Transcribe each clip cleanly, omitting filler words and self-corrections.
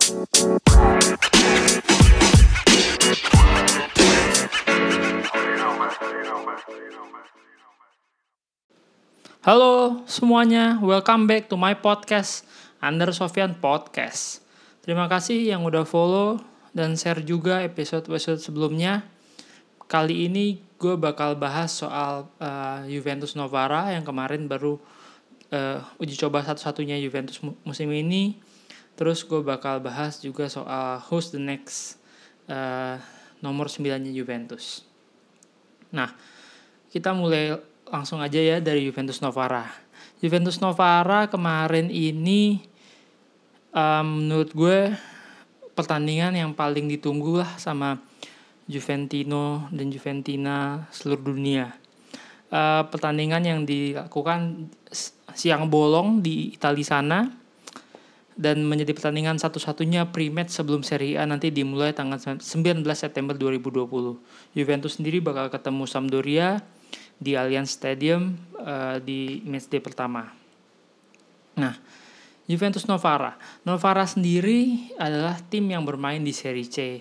Halo semuanya, welcome back to my podcast, Under Sofyan Podcast. Terima kasih yang udah follow dan share juga episode-episode sebelumnya. Kali ini gue bakal bahas soal Juventus Novara yang kemarin baru uji coba satu-satunya Juventus musim ini. Terus gue bakal bahas juga soal who's the next nomor 9-nya Juventus. Nah, kita mulai langsung aja ya dari Juventus Novara. Juventus Novara kemarin ini menurut gue pertandingan yang paling ditunggu lah sama Juventino dan Juventina seluruh dunia. Pertandingan yang dilakukan siang bolong di Italia sana dan menjadi pertandingan satu-satunya pre-match sebelum Serie A nanti dimulai tanggal 19 September 2020. Juventus sendiri bakal ketemu Sampdoria di Allianz Stadium di matchday pertama. Nah, Juventus Novara sendiri adalah tim yang bermain di Serie C.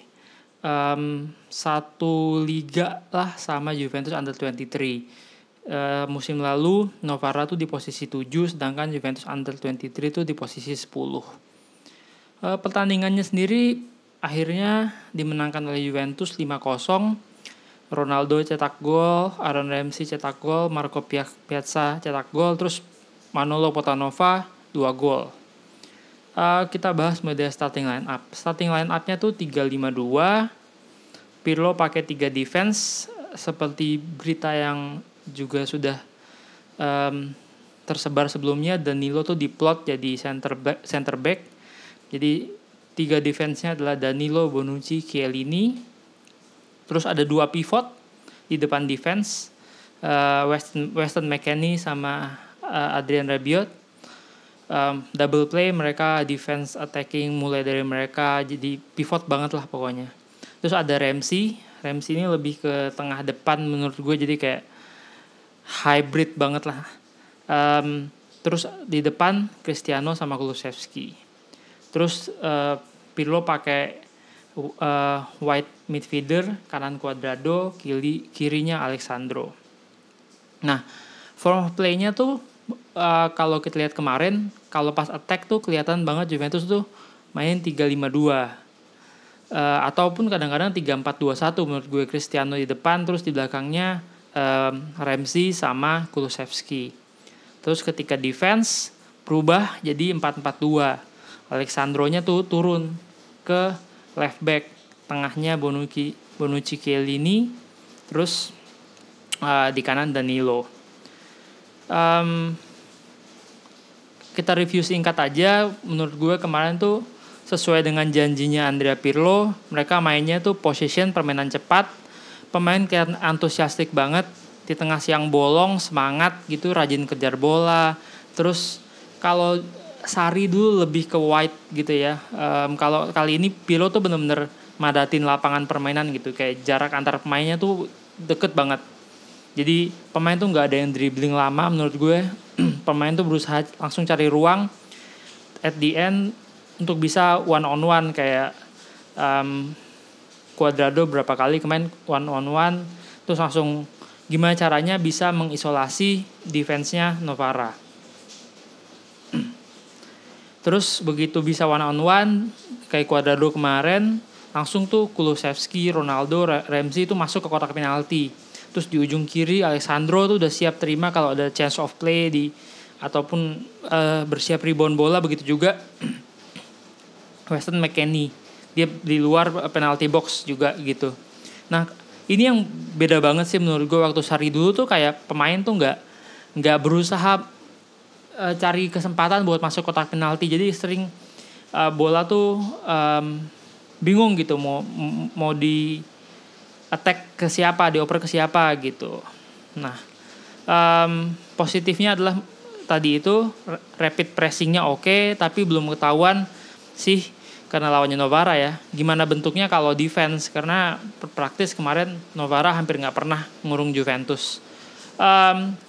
Satu liga lah sama Juventus Under 23. Musim lalu Novara tuh di posisi 7, sedangkan Juventus Under 23 tuh di posisi 10. Pertandingannya sendiri akhirnya dimenangkan oleh Juventus 5-0. Ronaldo cetak gol, Aaron Ramsey cetak gol, Marco Piazza cetak gol, terus Manolo Potanova 2 gol. Kita bahas media starting line up. Starting line up-nya tuh 3-5-2. Pirlo pakai 3 defense seperti berita yang juga sudah tersebar sebelumnya. Danilo tuh diplot jadi center back. Jadi 3 defense-nya adalah Danilo, Bonucci, Chiellini. Terus ada 2 pivot di depan defense, Weston McKennie sama Adrien Rabiot. Double play, mereka defense attacking mulai dari mereka, jadi pivot banget lah pokoknya. Terus ada Ramsey ini lebih ke tengah depan menurut gue, jadi kayak hybrid banget lah. Terus di depan Cristiano sama Kulusevski. Terus Pirlo pakai wide midfielder, kanan Cuadrado, kirinya Alexandro. Nah, form of play-nya tuh kalau kita lihat kemarin, kalau pas attack tuh kelihatan banget Juventus tuh main 3-5-2. Ataupun kadang-kadang 3-4-2-1 menurut gue. Cristiano di depan, terus di belakangnya Ramsey sama Kulusevski. Terus ketika defense berubah jadi 4-4-2. Alexandro-nya tuh turun ke left back, tengahnya Bonucci Chiellini, terus di kanan Danilo. Kita review singkat aja. Menurut gue kemarin tuh sesuai dengan janjinya Andrea Pirlo, mereka mainnya tuh possession, permainan cepat. Pemain kayak antusiastik banget di tengah siang bolong, semangat gitu, rajin kejar bola. Terus kalau Sarri dulu lebih ke wide gitu ya. Kalau kali ini Pirlo tuh bener-bener madatin lapangan permainan gitu, kayak jarak antar pemainnya tuh deket banget. Jadi pemain tuh nggak ada yang dribbling lama menurut gue. Pemain tuh berusaha langsung cari ruang at the end untuk bisa one on one, kayak Cuadrado berapa kali kemarin one on one, terus langsung gimana caranya bisa mengisolasi defense-nya Novara. Terus begitu bisa one on one kayak Cuadrado kemarin, langsung tuh Kulusevski, Ronaldo, Ramsey itu masuk ke kotak penalti. Terus di ujung kiri Alexandro tuh udah siap terima kalau ada chance of play ataupun bersiap rebound bola. Begitu juga Weston McKennie, dia di luar penalty box juga gitu. Nah, ini yang beda banget sih menurut gue. Waktu Sarri dulu tuh kayak pemain tuh nggak berusaha cari kesempatan buat masuk kotak penalti. Jadi sering bola tuh bingung gitu mau di attack ke siapa, dioper ke siapa gitu. Nah, positifnya adalah tadi itu rapid pressingnya oke, tapi belum ketahuan sih karena lawannya Novara ya, gimana bentuknya kalau defense, karena praktis kemarin Novara hampir nggak pernah ngurung Juventus.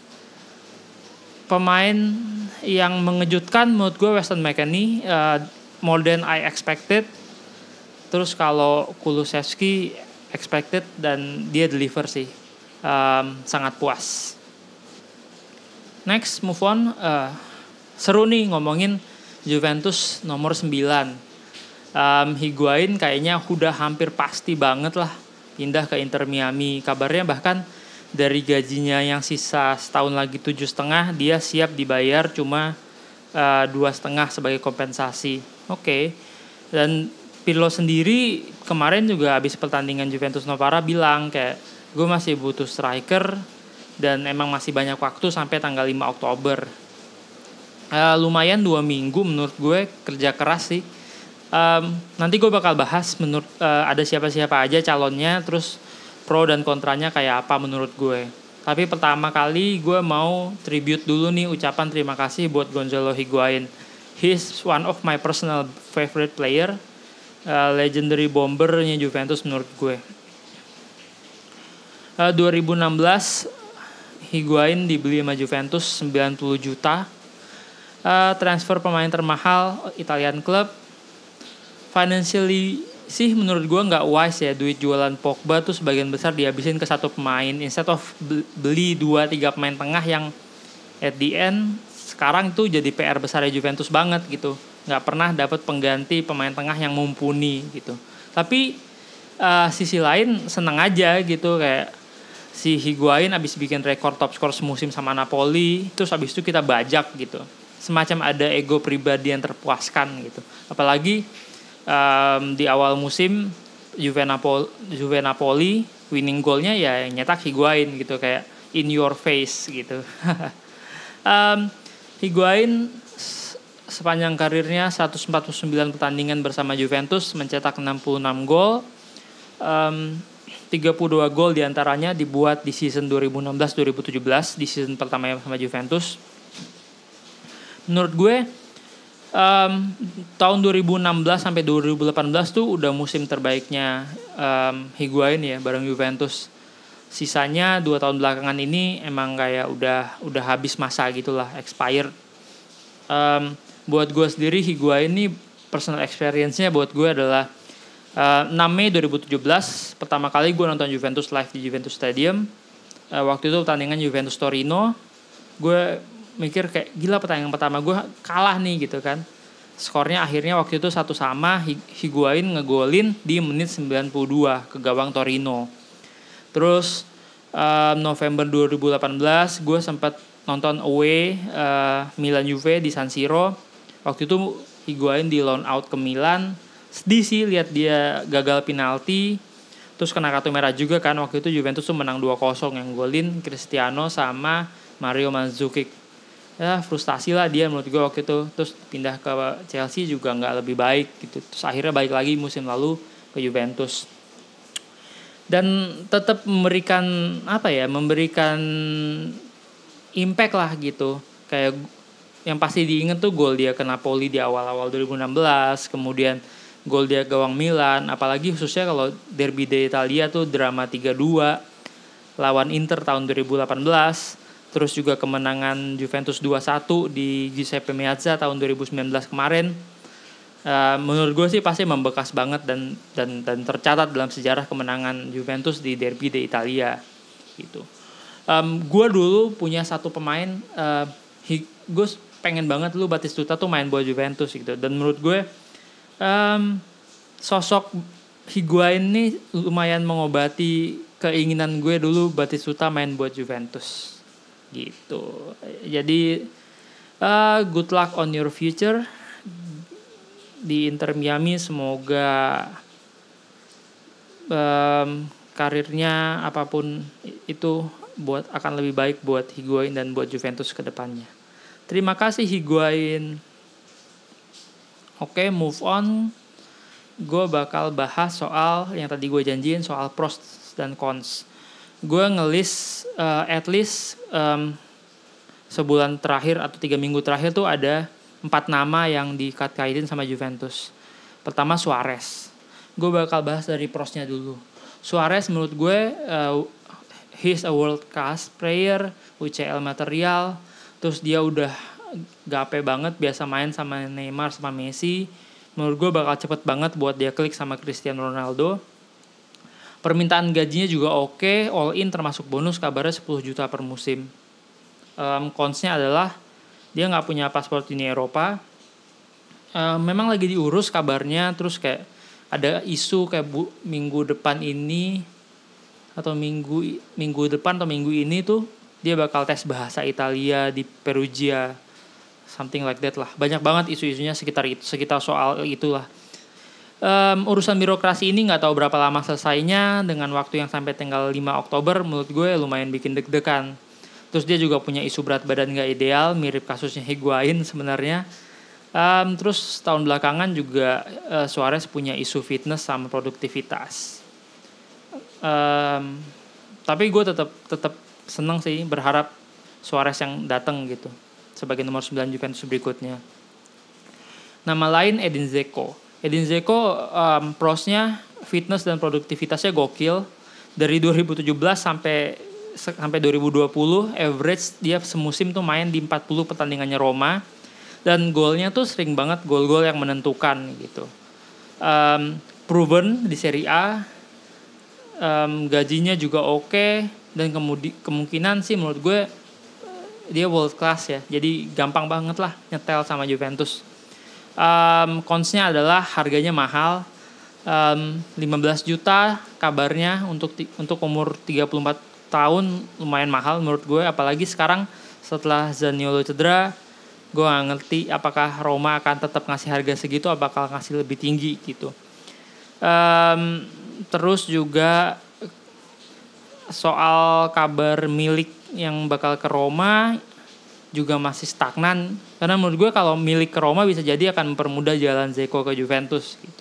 Pemain yang mengejutkan menurut gue Weston McKennie, more than I expected. Terus kalau Kulusevski expected dan dia deliver sih. Sangat puas. Next, move on. Seru nih ngomongin Juventus nomor 9. Higuain kayaknya udah hampir pasti banget lah pindah ke Inter Miami. Kabarnya bahkan dari gajinya yang sisa setahun lagi 7,5, dia siap dibayar cuma 2,5 sebagai kompensasi. Oke. Dan Pirlo sendiri kemarin juga habis pertandingan Juventus Novara bilang kayak gue masih butuh striker dan emang masih banyak waktu sampai tanggal 5 Oktober. Lumayan 2 minggu menurut gue kerja keras sih. Nanti gue bakal bahas menurut ada siapa-siapa aja calonnya, terus pro dan kontranya kayak apa menurut gue. Tapi pertama kali gue mau tribute dulu nih, ucapan terima kasih buat Gonzalo Higuain. He's one of my personal favorite player. Legendary bombernya Juventus menurut gue. 2016 Higuain dibeli sama Juventus 90 juta. Transfer pemain termahal Italian club. Financially sih menurut gue nggak wise ya, duit jualan Pogba tuh sebagian besar dihabisin ke satu pemain instead of beli 2-3 pemain tengah yang at the end sekarang itu jadi PR besarnya Juventus banget gitu. Nggak pernah dapat pengganti pemain tengah yang mumpuni gitu. Tapi sisi lain seneng aja gitu, kayak si Higuain abis bikin rekor top skor semusim sama Napoli, terus abis itu kita bajak gitu. Semacam ada ego pribadi yang terpuaskan gitu. Apalagi di awal musim Juve Napoli winning goalnya ya nyetak Higuain gitu, kayak in your face gitu. Higuain sepanjang karirnya 149 pertandingan bersama Juventus mencetak 66 gol. 32 gol diantaranya dibuat di season 2016-2017, di season pertamanya sama Juventus. Menurut gue tahun 2016 sampai 2018 tuh udah musim terbaiknya Higuain ya bareng Juventus. Sisanya 2 tahun belakangan ini emang kayak udah habis masa gitulah, expired. Buat gue sendiri Higuain ini personal experience-nya buat gue adalah 6 Mei 2017 pertama kali gue nonton Juventus live di Juventus Stadium. Waktu itu pertandingan Juventus Torino. Gue mikir kayak gila, pertandingan pertama gue kalah nih gitu kan. Skornya akhirnya waktu itu 1-1, Higuain ngegolin di menit 92 ke gawang Torino. Terus November 2018 gue sempat nonton away Milan Juve di San Siro. Waktu itu Higuain di loan out ke Milan. Sedih sih lihat dia gagal penalti, terus kena kartu merah juga kan. Waktu itu Juventus tuh menang 2-0, yang golin Cristiano sama Mario Mandzukic. Ya frustasi lah dia menurut gue waktu itu. Terus pindah ke Chelsea juga gak lebih baik gitu. Terus akhirnya balik lagi musim lalu ke Juventus. Dan tetap memberikan impact lah gitu. Kayak yang pasti diinget tuh gol dia ke Napoli di awal-awal 2016, kemudian gol dia gawang Milan, apalagi khususnya kalau Derby d'Italia tuh drama 3-2 lawan Inter tahun 2018, terus juga kemenangan Juventus 2-1 di Giuseppe Meazza tahun 2019 kemarin. Menurut gue sih pasti membekas banget dan tercatat dalam sejarah kemenangan Juventus di Derby d'Italia gitu. Gue dulu punya satu pemain, gue pengen banget lu Batistuta tuh main buat Juventus gitu, dan menurut gue sosok Higuain ini lumayan mengobati keinginan gue dulu Batistuta main buat Juventus gitu. Jadi good luck on your future di Inter Miami. Semoga karirnya apapun itu akan lebih baik buat Higuain dan buat Juventus ke depannya. Terima kasih Higuain. Oke, move on. Gue bakal bahas soal yang tadi gue janjiin, soal pros dan cons. Gue ngelis at least sebulan terakhir atau 3 minggu terakhir tuh ada 4 nama yang dikait-kaitin sama Juventus. Pertama Suarez. Gue bakal bahas dari prosnya dulu. Suarez menurut gue he's a world class player, UCL material. Terus dia udah gape banget, biasa main sama Neymar sama Messi. Menurut gue bakal cepet banget buat dia klik sama Cristiano Ronaldo. Permintaan gajinya juga oke, all in termasuk bonus, kabarnya 10 juta per musim. Cons-nya adalah dia nggak punya paspor Uni Eropa. Memang lagi diurus kabarnya, terus kayak ada isu kayak minggu depan ini atau minggu depan atau minggu ini tuh dia bakal tes bahasa Italia di Perugia, something like that lah. Banyak banget isu-isunya sekitar soal itulah. Urusan birokrasi ini nggak tahu berapa lama selesainya, dengan waktu yang sampai tanggal 5 Oktober menurut gue lumayan bikin deg-degan. Terus dia juga punya isu berat badan nggak ideal, mirip kasusnya Higuain sebenarnya. Terus tahun belakangan juga Suarez punya isu fitness sama produktivitas. Tapi gue tetap seneng sih, berharap Suarez yang datang gitu sebagai nomor 9 Juventus berikutnya. Nama lain Edin Dzeko. Prosnya fitness dan produktivitasnya gokil. Dari 2017 sampai 2020 average dia semusim tuh main di 40 pertandingannya Roma, dan golnya tuh sering banget gol-gol yang menentukan gitu. Proven di Serie A. Gajinya juga oke, dan kemungkinan sih menurut gue dia world class ya, jadi gampang banget lah nyetel sama Juventus. Cons-nya adalah harganya mahal, 15 juta kabarnya untuk umur 34 tahun, lumayan mahal menurut gue, apalagi sekarang setelah Zaniolo cedera. Gue gak ngerti apakah Roma akan tetap ngasih harga segitu, apakah ngasih lebih tinggi gitu. Terus juga soal kabar milik yang bakal ke Roma juga masih stagnan, karena menurut gue kalau milik ke Roma bisa jadi akan mempermudah jalan Dzeko ke Juventus gitu.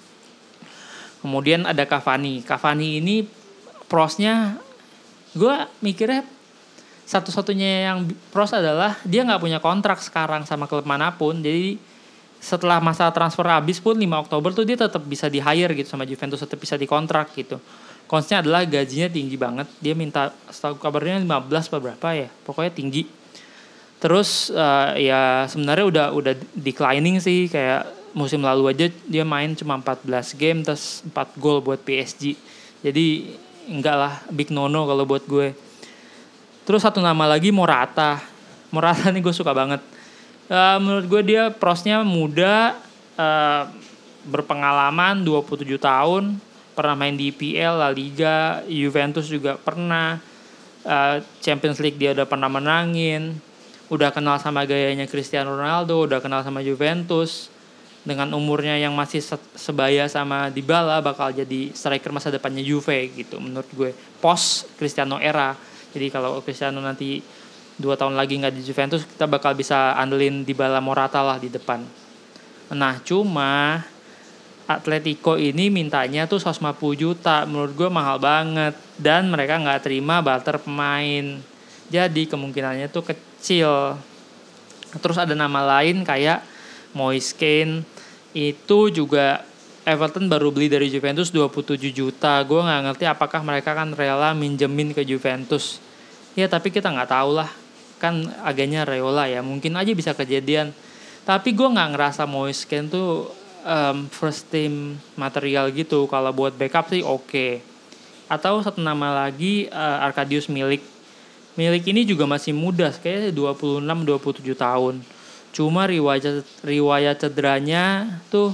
Kemudian ada Cavani ini prosnya gue mikirnya satu-satunya yang pros adalah dia nggak punya kontrak sekarang sama klub manapun, jadi setelah masa transfer habis pun 5 Oktober tuh dia tetap bisa di hire gitu sama Juventus, tetap bisa dikontrak gitu. Konsnya adalah gajinya tinggi banget, dia minta setahu kabarnya 15 atau berapa ya, pokoknya tinggi. Terus ya sebenarnya udah declining sih, kayak musim lalu aja dia main cuma 14 game terus 4 gol buat PSG. Jadi enggak lah, big no-no kalau buat gue. Terus satu nama lagi Morata nih gue suka banget. Menurut gue dia prosnya muda, berpengalaman, 27 tahun, pernah main di IPL, La Liga, Juventus juga pernah, Champions League dia udah pernah menangin. Udah kenal sama gayanya Cristiano Ronaldo, udah kenal sama Juventus. Dengan umurnya yang masih sebaya sama Dybala, bakal jadi striker masa depannya Juve gitu menurut gue. Post Cristiano era. Jadi kalau Cristiano nanti 2 tahun lagi gak di Juventus, kita bakal bisa andelin Dybala, Morata lah di depan. Nah cuma Atletico ini mintanya tuh 150 juta. Menurut gue mahal banget, dan mereka gak terima barter pemain. Jadi kemungkinannya tuh kecil. Terus ada nama lain kayak Moise Kean, itu juga Everton baru beli dari Juventus 27 juta. Gue gak ngerti apakah mereka kan rela minjemin ke Juventus. Ya tapi kita gak tahu lah, kan agennya Raiola ya, mungkin aja bisa kejadian. Tapi gue gak ngerasa Moise Kean tuh first team material gitu. Kalau buat backup sih oke. Atau satu nama lagi, Arkadiusz Milik ini juga masih muda, kayaknya 26-27 tahun. Cuma riwayat cederanya tuh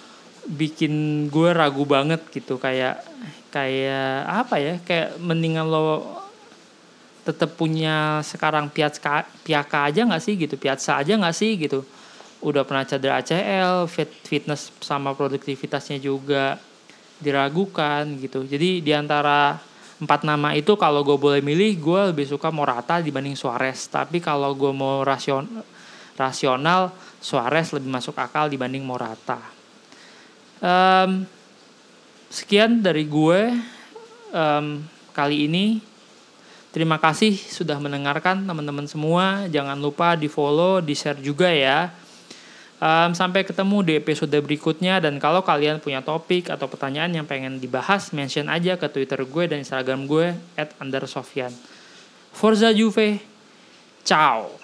bikin gue ragu banget gitu, kayak apa ya? Kayak mendingan lo tetap punya sekarang Piaka aja enggak sih gitu, Piazza aja enggak sih gitu. Udah pernah cedera ACL, fitness sama produktivitasnya juga diragukan gitu. Jadi di antara 4 nama itu kalau gue boleh milih, gue lebih suka Morata dibanding Suarez. Tapi kalau gue mau rasional, Suarez lebih masuk akal dibanding Morata. Sekian dari gue kali ini. Terima kasih sudah mendengarkan teman-teman semua. Jangan lupa di follow, di share juga ya. Sampai ketemu di episode berikutnya. Dan kalau kalian punya topik atau pertanyaan yang pengen dibahas, mention aja ke Twitter gue dan Instagram gue @andersofyan. Forza Juve. Ciao.